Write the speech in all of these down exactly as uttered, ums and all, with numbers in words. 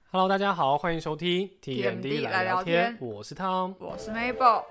Hello， 大家好，欢迎收听 T M D 来聊天， 我是汤， 我是 Mabel。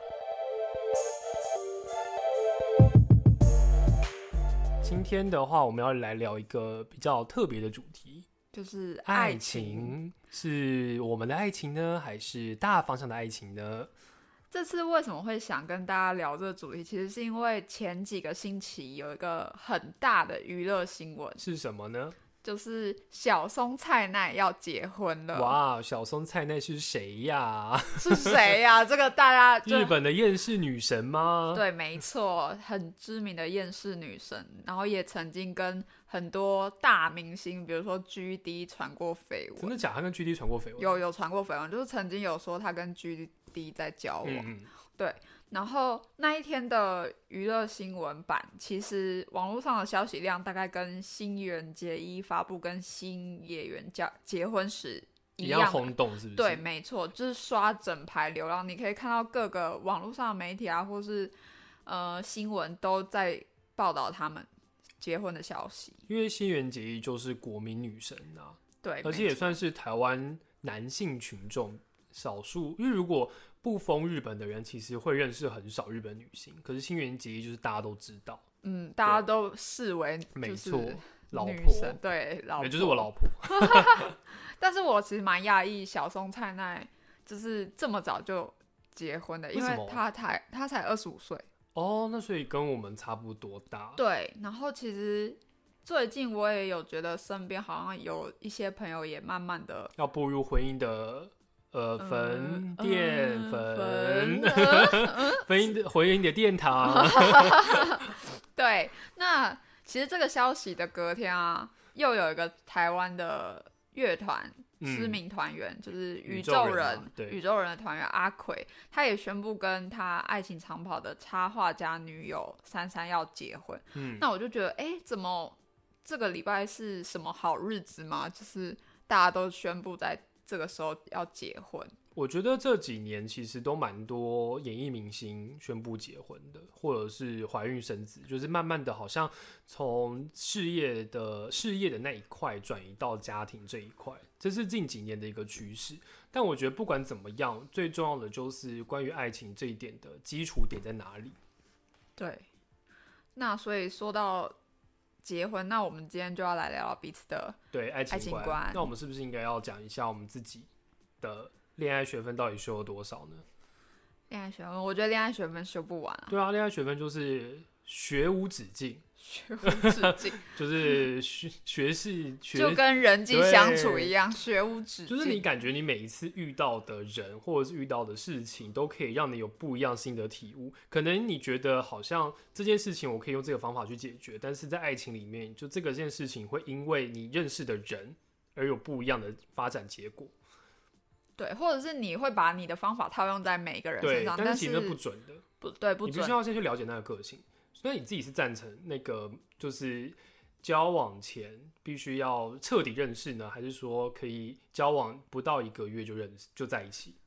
今天的话，我们要来聊一个比较特别的主题， 就是爱爱情。 是我们的爱情呢，还是大方向的爱情呢？ 这次为什么会想跟大家聊这个主题？其实是因为前几个星期有一个很大的娱乐新闻， 是什么呢？ 就是小松菜奈要结婚了。 哇，小松菜奈是谁呀？ 是谁呀、啊？这个大家日本的厌世女神吗？ 对，没错，很知名的厌世女神，然后也曾经跟很多大明星，比如说 G D 传过绯闻。 真的假的？他跟 G D 传过绯闻？ 有有传过绯闻，就是曾经有说他跟 G D 在交往。 嗯嗯对，然后那一天的娱乐新闻版，其实网络上的消息量大概跟新垣结衣发布跟新演员结结婚时一样， 一样轰动，是不是？ 对，没错，就是刷整排流量，你可以看到各个网络上的媒体啊，或是呃新闻都在报道他们结婚的消息。 因为新垣结衣就是国民女神啊， 对， 而且也算是台湾男性群众少数，因为如果不封日本的人，其实会认识很少日本女性。可是新垣结衣就是大家都知道， 嗯，大家都视为没错，老女婆， 神，对，老婆， 也就是我老婆。 但是我其实蛮讶异，小松菜奈就是这么早就结婚的，因为他才他才二十五岁。 哦，那所以跟我们差不多大。 对，然后其实最近我也有觉得身边好像有一些朋友也慢慢的要步入婚姻的。呃，坟殿坟，婚姻婚姻的殿堂。 对，那其实这个消息的隔天啊，又有一个台湾的乐团知名团员、嗯，就是宇宙人， 宇宙人、 宇宙人的团员阿奎，他也宣布跟他爱情长跑的插画家女友珊珊要结婚。嗯，那我就觉得，哎、欸，怎么这个礼拜是什么好日子吗？就是大家都宣布在这个时候要结婚。 我觉得这几年其实都蛮多演艺明星宣布结婚的，或者是怀孕生子，就是慢慢的好像从事业的事业的那一块转移到家庭这一块，这是近几年的一个趋势。但我觉得不管怎么样，最重要的就是关于爱情这一点的基础点在哪里。 对，那所以说到结婚，那我们今天就要来聊聊彼此的对爱情 观, 爱情观。 那我们是不是应该要讲一下我们自己的恋爱学分到底修了多少呢？ 恋爱学分，我觉得恋爱学分修不完啊。 对啊，恋爱学分就是学无止境， 学无止境， 就是学学是学， 就跟人际相处一样，学无止境。 就是你感觉你每一次遇到的人或者是遇到的事情，都可以让你有不一样新的体悟。可能你觉得好像这件事情我可以用这个方法去解决，但是在爱情里面，就这个件事情会因为你认识的人而有不一样的发展结果。 对，或者是你会把你的方法套用在每一个人身上， 但是其实那不准的， 不对，不准。 你必须要先去了解那个个性。所以你自己是赞成那个就是交往前必须要彻底认识呢，还是说可以交往不到一个月就认识就在一起？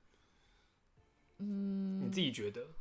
嗯，你自己觉得？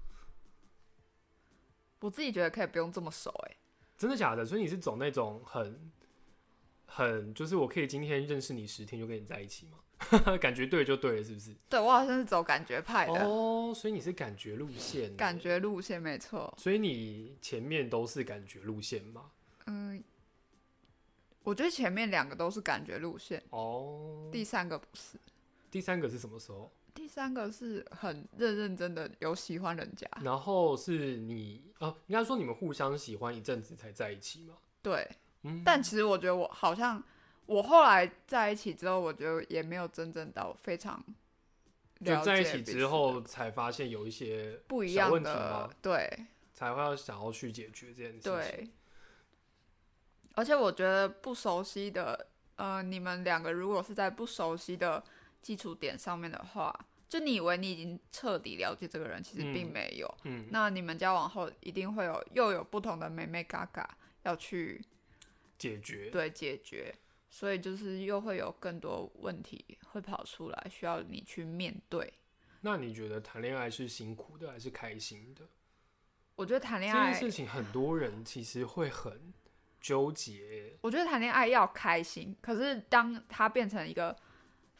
我自己觉得可以不用这么熟、欸，哎， 真的假的？所以你是走那种很很就是我可以今天认识你十天就跟你在一起吗？感觉对就对了，是不是？ 对，我好像是走感觉派的哦，所以你是感觉路线， 感觉路线没错。 所以你前面都是感觉路线吗？ 嗯，我觉得前面两个都是感觉路线哦， 第三个不是。 第三个是什么时候？ 第三个是很认认真的有喜欢人家， 然后是你啊，应该说你们互相喜欢一阵子才在一起吗？ 对， 嗯， 但其实我觉得我好像。我后来在一起之后，我觉得也没有真正到非常了解， 就在一起之后才发现有一些不一样的， 对， 才会要想要去解决这件事情。 对，而且我觉得不熟悉的，呃，你们两个如果是在不熟悉的基础点上面的话，就你以为你已经彻底了解这个人，其实并没有。嗯，那你们交往后一定会有又有不同的眉眉角角要去解决， 对，解决。所以就是又会有更多问题会跑出来，需要你去面对。 那你觉得谈恋爱是辛苦的还是开心的？ 我觉得谈恋爱这件事情，很多人其实会很纠结。 我觉得谈恋爱要开心，可是当它变成一个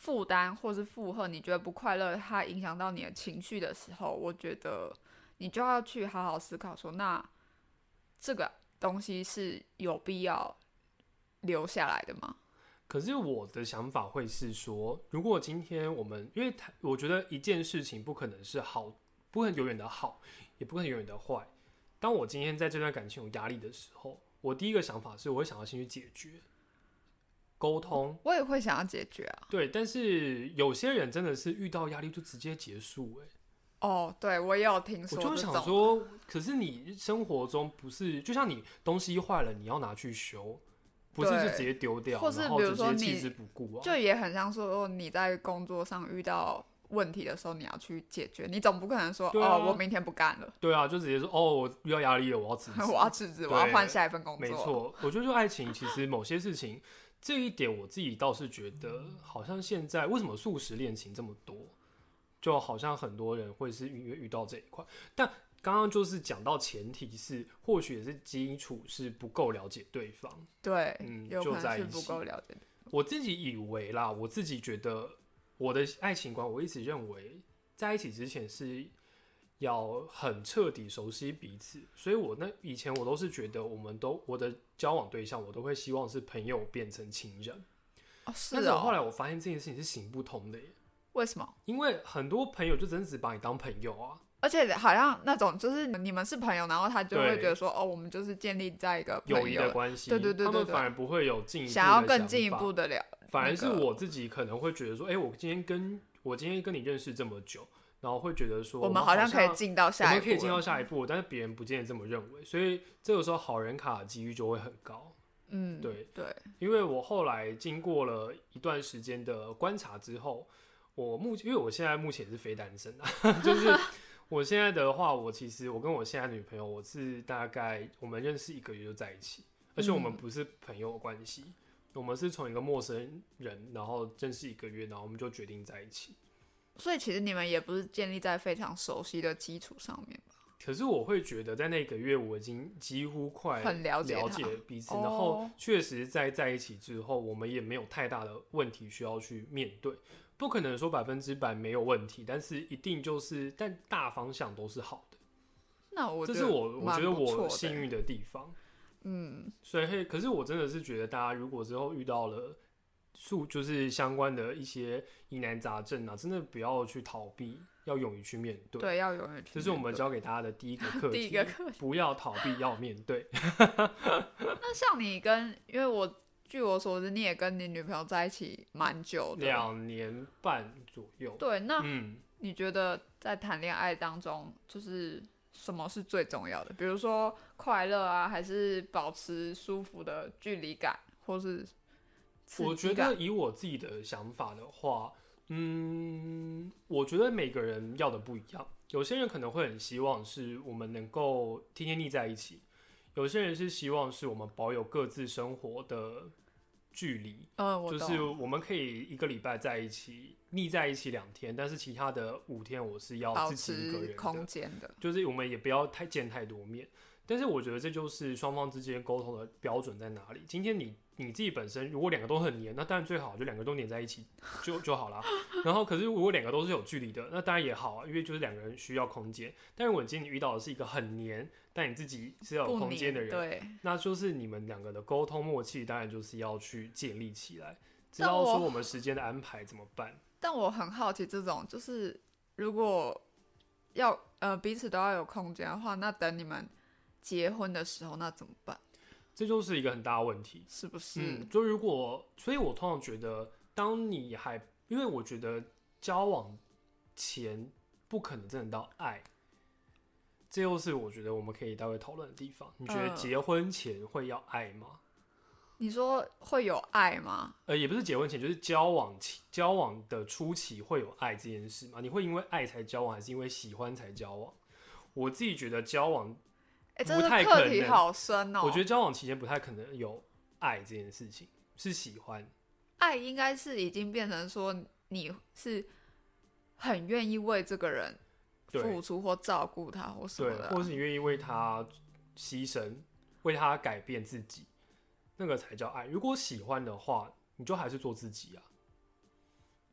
负担或是负荷，你觉得不快乐，它影响到你的情绪的时候，我觉得你就要去好好思考说，那这个东西是有必要留下来的吗？ 可是我的想法会是说，如果今天我们，因为我觉得一件事情不可能是好，不可能永远的好，也不可能永远的坏。当我今天在这段感情有压力的时候，我第一个想法是，我会想要先去解决。沟通， 我也会想要解决啊。 对，但是有些人真的是遇到压力就直接结束、欸， 哦，对，我也有听说这种。 我就想说，可是你生活中不是，就像你东西坏了，你要拿去修，不是就直接丢掉， 或是然后直比如说你接弃之不顾啊？ 就也很像说你在工作上遇到问题的时候，你要去解决，你总不可能说、 啊、 哦，我明天不干了。 对啊，就直接说哦，我遇到压力了，我要辞职， 我要辞职，我要换下一份工作。 没错，我觉得就爱情，其实某些事情。这一点我自己倒是觉得，好像现在为什么速食恋情这么多，就好像很多人会是遇遇到这一块。但刚刚就是讲到前提是，或许也是基础是不够了解对方。 对， 嗯， 有可能是不够了解。 我自己以为啦，我自己觉得我的爱情观，我一直认为在一起之前是要很彻底熟悉彼此，所以我那以前我都是觉得，我们都我的交往对象，我都会希望是朋友变成情人。 哦，是哦。 但是我后来我发现这件事情是行不通的耶。 为什么？ 因为很多朋友就真的只把你当朋友啊， 而且好像那种就是你们是朋友，然后他就会觉得说，哦，我们就是建立在一个友谊的关系， 对对对对对， 他们反而不会有进一步的想要更进一步的了。 反而是我自己可能会觉得说，哎、欸，我今天跟我今天跟你认识这么久。然后会觉得说， 我们好像可以进到下一步， 我们可以进到下一步，但是别人不见得这么认为，所以这个时候好人卡的几率就会很高。 嗯， 对对， 因为我后来经过了一段时间的观察之后，我目因为我现在目前是非单身啊，就是我现在的话，我其实我跟我现在的女朋友，我是大概我们认识一个月就在一起，而且我们不是朋友的关系、嗯，我们是从一个陌生人，然后认识一个月，然后我们就决定在一起。 所以其实你们也不是建立在非常熟悉的基础上面吧？ 可是我会觉得，在那个月我已经几乎快很了解了解彼此， 哦、 然后确实在在一起之后，我们也没有太大的问题需要去面对。不可能说百分之百没有问题，但是一定就是，但大方向都是好的。 那我这是我我觉得我幸运的地方。 嗯， 所以可是我真的是觉得，大家如果之后遇到了。就是相关的一些疑难杂症啊，真的不要去逃避，要勇于去面对。 对，要勇于去面对。 这是我们教给大家的第一个课题。 第一个课题， 不要逃避，要面对。 那像你跟，因为我据我所知，你也跟你女朋友在一起蛮久的， 两年半左右。 对，那嗯， 你觉得在谈恋爱当中，就是什么是最重要的？比如说快乐啊，还是保持舒服的距离感，或是？ 我觉得以我自己的想法的话，嗯，我觉得每个人要的不一样。有些人可能会很希望是我们能够天天腻在一起，有些人是希望是我们保有各自生活的距离。 嗯，我懂。 就是我们可以一个礼拜在一起，腻在一起两天，但是其他的五天我是要自己一个人的空间的， 就是我们也不要太见太多面。但是我觉得这就是双方之间沟通的标准在哪里。今天你你自己本身如果两个都很黏，那当然最好就两个都黏在一起就就好啦。然后可是如果两个都是有距离的，那当然也好啊，因为就是两个人需要空间。但如果今天你遇到的是一个很黏，但你自己是要有空间的人， 对， 那就是你们两个的沟通默契，当然就是要去建立起来，知道说我们时间的安排怎么办。 但我很好奇，这种就是如果要呃彼此都要有空间的话，那等你们结婚的时候那怎么办？ 这就是一个很大的问题， 是不是？ 嗯，就如果，所以我通常觉得，当你还，因为我觉得交往前不可能真的到爱，这又是我觉得我们可以待会讨论的地方。你觉得结婚前会要爱吗？ 呃、你说会有爱吗？ 呃，也不是结婚前，就是交往期交往的初期会有爱这件事吗？你会因为爱才交往，还是因为喜欢才交往？我自己觉得交往。 哎、欸，这个课题好深哦。 我觉得交往期间不太可能有爱这件事情，是喜欢。 爱应该是已经变成说你是很愿意为这个人付出或照顾他或什么的、啊， 对，或是你愿意为他牺牲，为他改变自己，那个才叫爱。如果喜欢的话，你就还是做自己啊。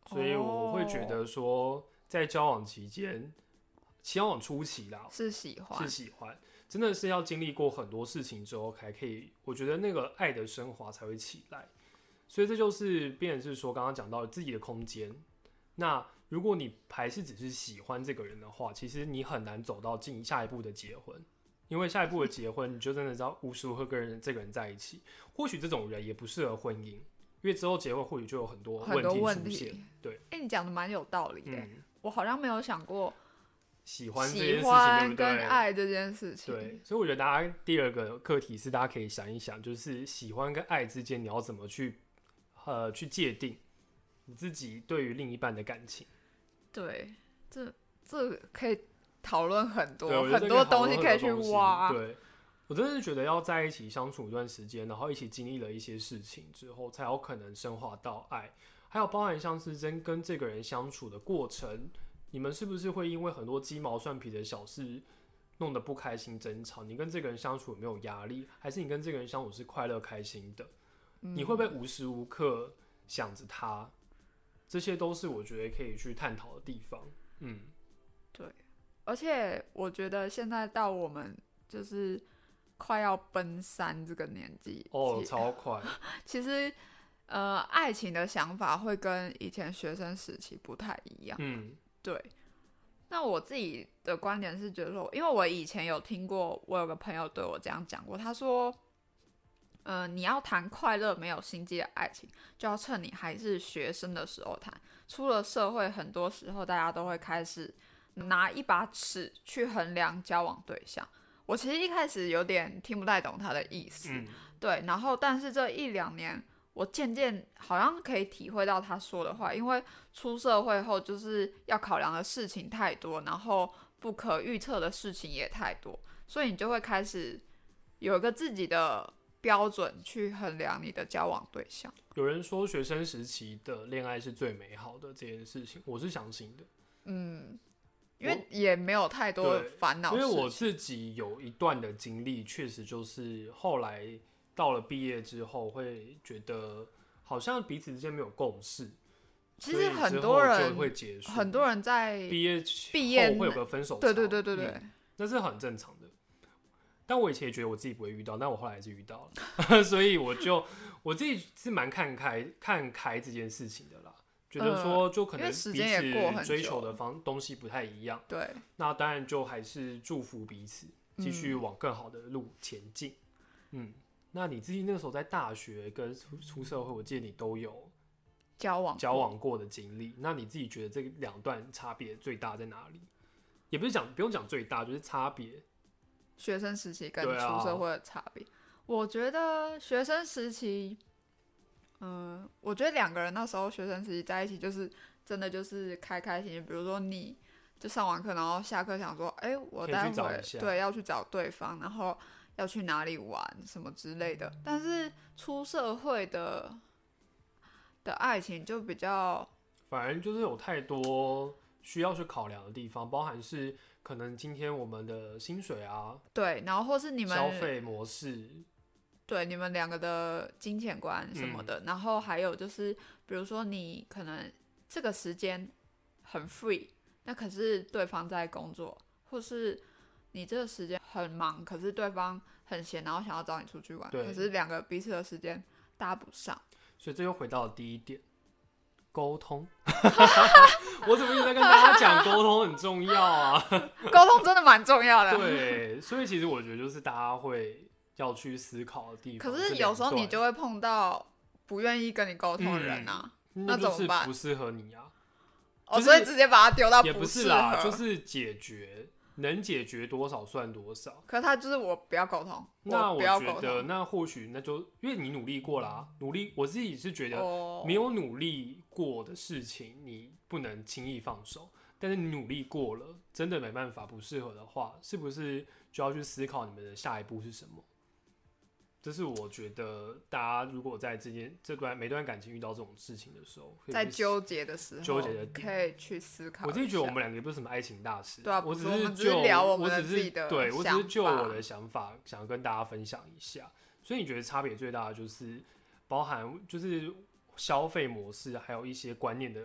所以我会觉得说，在交往期间，交往初期啦， 是喜欢， 是喜欢，真的是要经历过很多事情之后，才可以，我觉得那个爱的升华才会起来。所以这就是变成是说，刚刚讲到自己的空间。那如果你还是只是喜欢这个人的话，其实你很难走到进下一步的结婚，因为下一步的结婚，你就真的知道无时无刻跟人这个人在一起。或许这种人也不适合婚姻。因为之后结婚或许就有很多问题出现，对， 哎、欸，你讲的蛮有道理的、嗯，我好像没有想过喜欢这件事情， 喜欢对不对？ 跟爱这件事情， 对，所以我觉得大家第二个课题是大家可以想一想，就是喜欢跟爱之间你要怎么去呃去界定你自己对于另一半的感情。 对，这这可以讨论很多很多东西可以去挖， 对。我真的是觉得要在一起相处一段时间，然后一起经历了一些事情之后，才有可能升华到爱。还有包含像是真跟这个人相处的过程，你们是不是会因为很多鸡毛蒜皮的小事弄得不开心争吵？你跟这个人相处有没有压力？还是你跟这个人相处是快乐开心的？嗯、你会不会无时无刻想着他？这些都是我觉得可以去探讨的地方。嗯， 对。而且我觉得现在到我们就是快要奔三这个年纪哦，超快。 其实，呃，爱情的想法会跟以前学生时期不太一样。 嗯， 对。那我自己的观点是觉得说，因为我以前有听过，我有个朋友对我这样讲过，他说，呃，你要谈快乐没有心机的爱情，就要趁你还是学生的时候谈。出了社会，很多时候大家都会开始拿一把尺去衡量交往对象。我其实一开始有点听不太懂他的意思， 嗯、 对，然后但是这一两年，我渐渐好像可以体会到他说的话，因为出社会后就是要考量的事情太多，然后不可预测的事情也太多，所以你就会开始有一个自己的标准去衡量你的交往对象。 有人说学生时期的恋爱是最美好的这件事情，我是相信的。 嗯。因为也没有太多的烦恼， 因为我自己有一段的经历，确实就是后来到了毕业之后，会觉得好像彼此之间没有共识。 其实很多人就会结束， 很多人在毕业毕业后会有个分手潮， 对对对对对、 嗯，那是很正常的。但我以前也觉得我自己不会遇到，但我后来还是遇到了，所以我就我自己是蛮看开看开这件事情的啦。觉得说，就可能彼此追求的方东西不太一样， 对， 那当然就还是祝福彼此继续往更好的路前进。嗯，那你自己那个时候在大学跟出社会，我记得你都有交往交往过的经历。那你自己觉得这两段差别最大在哪里？也不是讲不用讲最大，就是差别。 学生时期跟出社会的差别、啊，我觉得学生时期。嗯，我觉得两个人那时候学生时期在一起，就是真的就是开开心心。比如说，你就上完课，然后下课想说，哎、欸，我待会对要去找对方，然后要去哪里玩什么之类的。但是出社会的的爱情就比较， 反而就是有太多需要去考量的地方，包含是可能今天我们的薪水啊， 对，然后或是你们消费模式。 对你们两个的金钱观什么的、嗯，然后还有就是，比如说你可能这个时间很 free， 那可是对方在工作，或是你这个时间很忙，可是对方很闲，然后想要找你出去玩，可是两个彼此的时间搭不上。 所以这又回到了第一点，沟通。我怎么一直在跟大家讲沟通很重要啊？ 沟通真的蛮重要的。 对，所以其实我觉得就是大家会。要去思考的地方， 可是有时候你就会碰到不愿意跟你沟通的人啊， 嗯、 那怎么办？ 不适合你啊， 哦，所以直接把它丢到也不是啦，就是解决，能解决多少算多少。 可是他就是我不要沟通， 那我不要沟通。 我觉得那或许那就因为你努力过啦，努力，我自己是觉得没有努力过的事情你不能轻易放手，但是你努力过了，真的没办法不适合的话，是不是就要去思考你们的下一步是什么？这是我觉得大家如果在这件这段每段感情遇到这种事情的时候， 在纠结的时候， 纠结的点可以去思考。 我自己觉得我们两个也不是什么爱情大师， 对啊， 我只是就我聊我们的自己的对我只是就我的想法想跟大家分享一下。所以你觉得差别最大的就是包含就是消费模式，还有一些观念的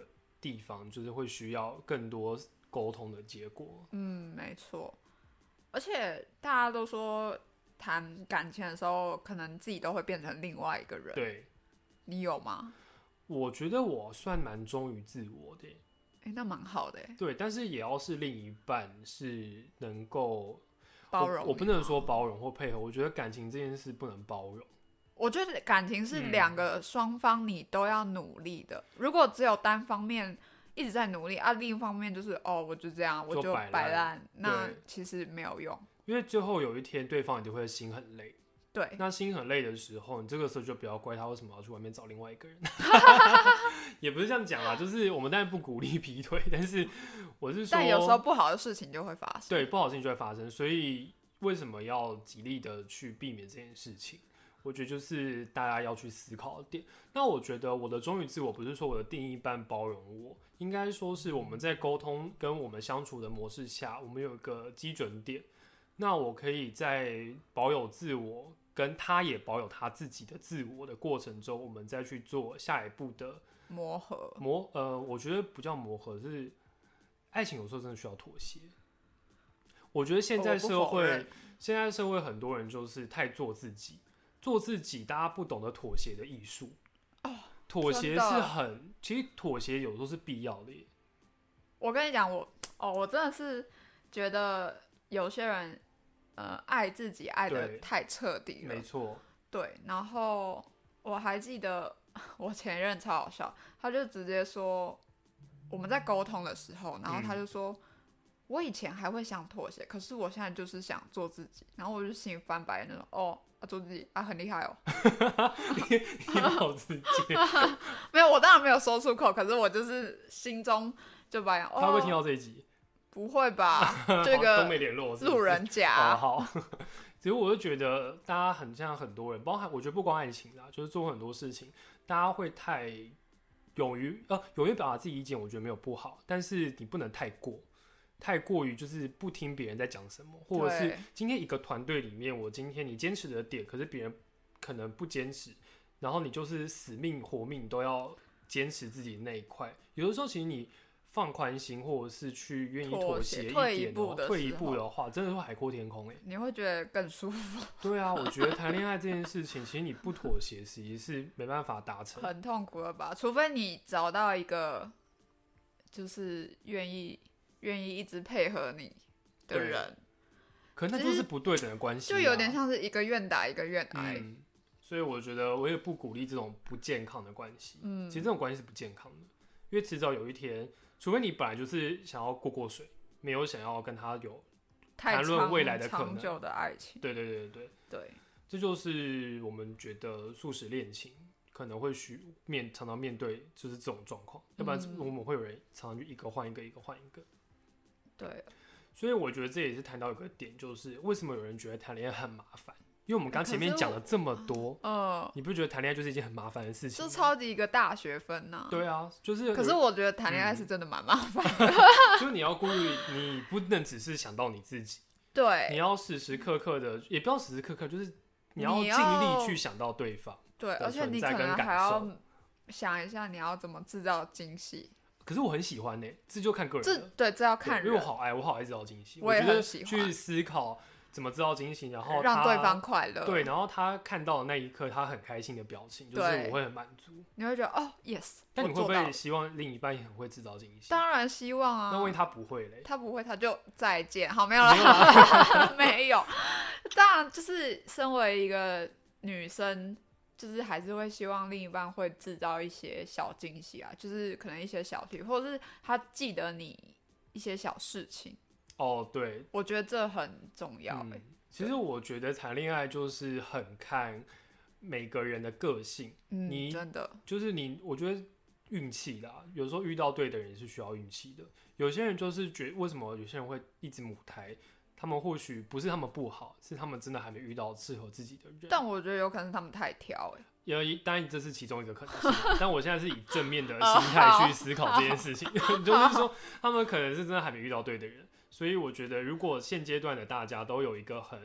地方，就是会需要更多沟通的结果。 嗯，没错。而且大家都说谈感情的时候，可能自己都会变成另外一个人。 对， 你有吗？ 我觉得我算蛮忠于自我的耶。 哎、欸，那蛮好的耶。 对，但是也要是另一半是能够包容我。 我不能说包容或配合，我觉得感情这件事不能包容。 我觉得感情是两个双方你都要努力的。嗯、如果只有单方面一直在努力啊，另一方面就是哦，我就这样，我就摆烂，那其实没有用。 因为最后有一天对方一定会心很累。 对， 那心很累的时候，你这个时候就不要怪他为什么要去外面找另外一个人。也不是这样讲啦，就是我们当然不鼓励劈腿，但是我是说， 但有时候不好的事情就会发生。 对，不好的事情就会发生，所以为什么要极力的去避免这件事情？我觉得就是大家要去思考的点。那我觉得我的忠于自我，不是说我的另一半包容我，应该说是我们在沟通跟我们相处的模式下，我们有一个基准点。那我可以在保有自我，跟他也保有他自己的自我的过程中，我们再去做下一步的磨合。 磨呃，我觉得不叫磨合，是爱情有时候真的需要妥协。我觉得现在社会，现在社会很多人就是太做自己。做自己，大家不懂得妥协的艺术。 哦， 妥协是很，其实妥协有时候是必要的耶。 我跟你讲，我哦，我真的是觉得有些人，呃，爱自己爱得太彻底了。 没错。 对，然后我还记得我前任超好笑，他就直接说我们在沟通的时候，然后他就说。嗯，我以前还会想妥协，可是我现在就是想做自己，然后我就心里翻白眼那种，哦，啊、做自己啊，很厉害哦。 你你好直接。 没有，我当然没有说出口，可是我就是心中就白眼。哦、 他会不会听到这一集？ 不会吧？这个都没联络， 路人甲。 好好。其实我就觉得大家很像很多人，包含我觉得不光爱情啦，就是做很多事情，大家会太勇于呃勇于表达自己意见，我觉得没有不好，但是你不能太过。太过于就是不听别人在讲什么，或者是今天一个团队里面，我今天你坚持的点，可是别人可能不坚持，然后你就是死命活命都要坚持自己的那一块。有的时候其实你放宽心，或者是去愿意妥协一点，退一步的退一步的话，真的会海阔天空哎、欸， 你会觉得更舒服。 对啊，我觉得谈恋爱这件事情，其实你不妥协，其实是没办法达成， 很痛苦了吧？除非你找到一个就是愿意。愿意一直配合你的人， 可那就是不对等的关系、啊， 就有点像是一个愿打一个愿挨、 嗯。所以我觉得我也不鼓励这种不健康的关系。嗯，其实这种关系是不健康的，因为迟早有一天，除非你本来就是想要过过水，没有想要跟他有谈论未来的可能， 长久的爱情。 对对对对对， 这就是我们觉得速食恋情可能会需面常常面对就是这种状况、嗯，要不然我们会有人常常就一个换一个，一个换一个。 对， 所以我觉得这也是谈到一个点，就是为什么有人觉得谈恋爱很麻烦？因为我们刚前面讲了这么多，呃，你不觉得谈恋爱就是一件很麻烦的事情？ 就超级一个大学分呐、啊。 对啊，就是。 可是我觉得谈恋爱是真的蛮麻烦的、嗯， 就是你要顾虑，你不能只是想到你自己， 对， 你要时时刻刻的，也不要时时刻刻，就是你要尽力去想到对方， 对，而且你可能还要想一下你要怎么制造惊喜。 可是我很喜欢呢、欸，这就看个人了。 这对，这要看人， 因为我好爱，我好爱制造惊喜。 我也很喜欢。去思考怎么制造惊喜，然后让对方快乐。 对，然后他看到的那一刻，他很开心的表情，就是我会很满足。 你会觉得哦 ，yes。 但你会不会希望另一半也很会制造惊喜？ 当然希望啊。 那万一他不会嘞？ 他不会，他就再见。好，没有了。没有。当然，就是身为一个女生。就是还是会希望另一半会制造一些小惊喜啊，就是可能一些小题，或者是他记得你一些小事情。 哦，对， 我觉得这很重要、欸嗯。 其实我觉得谈恋爱就是很看每个人的个性， 嗯， 你真的就是你，我觉得运气啦，有时候遇到对的人也是需要运气的。有些人就是觉得为什么有些人会一直母胎？他们或许不是他们不好，是他们真的还没遇到适合自己的人。 但我觉得有可能是他们太挑、欸， 也当然这是其中一个可能性。但我现在是以正面的心态去思考这件事情，就是说他们可能是真的还没遇到对的人。所以我觉得，如果现阶段的大家都有一个很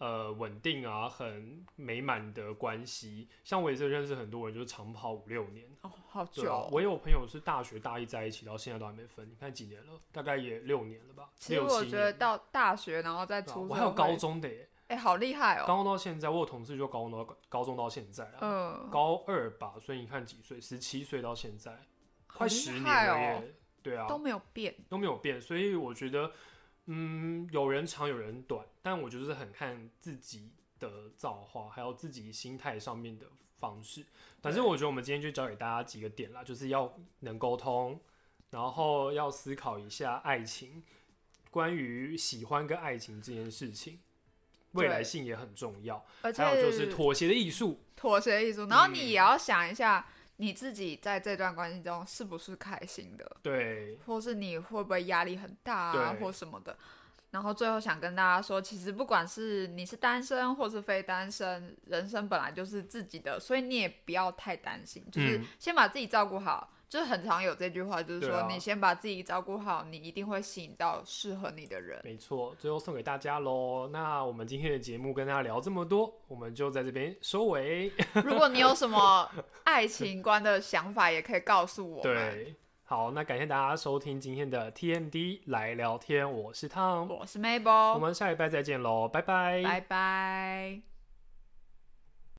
呃稳定啊、很美满的关系。像我也是认识很多人，就是长跑五六年， 哦，好久、哦啊。我有朋友是大学大一在一起，到现在都还没分。你看几年了？大概也六年了吧？ 其实我觉得到大学然后再出社会、 啊，我还有高中的耶。 哎、欸，好厉害哦！ 高中到现在，我有同事就高中到高中到现在啊， 嗯， 高二吧，所以你看几岁？十七岁到现在，快十年了耶。 哦、 对啊， 都没有变， 都没有变。所以我觉得，嗯，有人长有人短，但我觉得是很看自己的造化，还有自己心态上面的方式。反正我觉得我们今天就教给大家几个点啦，就是要能沟通，然后要思考一下爱情，关于喜欢跟爱情这件事情。未来性也很重要， 而且还有就是妥协的艺术， 妥协艺术，然后你也要想一下你自己在这段关系中是不是开心的， 对， 或是你会不会压力很大啊，或什么的。然后最后想跟大家说，其实不管是你是单身或是非单身，人生本来就是自己的，所以你也不要太担心，就是先把自己照顾好。嗯，就是很常有这句话，就是说、啊、你先把自己照顾好，你一定会吸引到适合你的人。 没错，最后送给大家咯。那我们今天的节目跟大家聊这么多，我们就在这边收尾。 如果你有什么爱情观的想法，也可以告诉我们。 对，好，那感谢大家收听今天的 T M D 来聊天，我是 Tom， 我是 Mabel， 我们下礼拜再见咯，拜拜， 拜拜。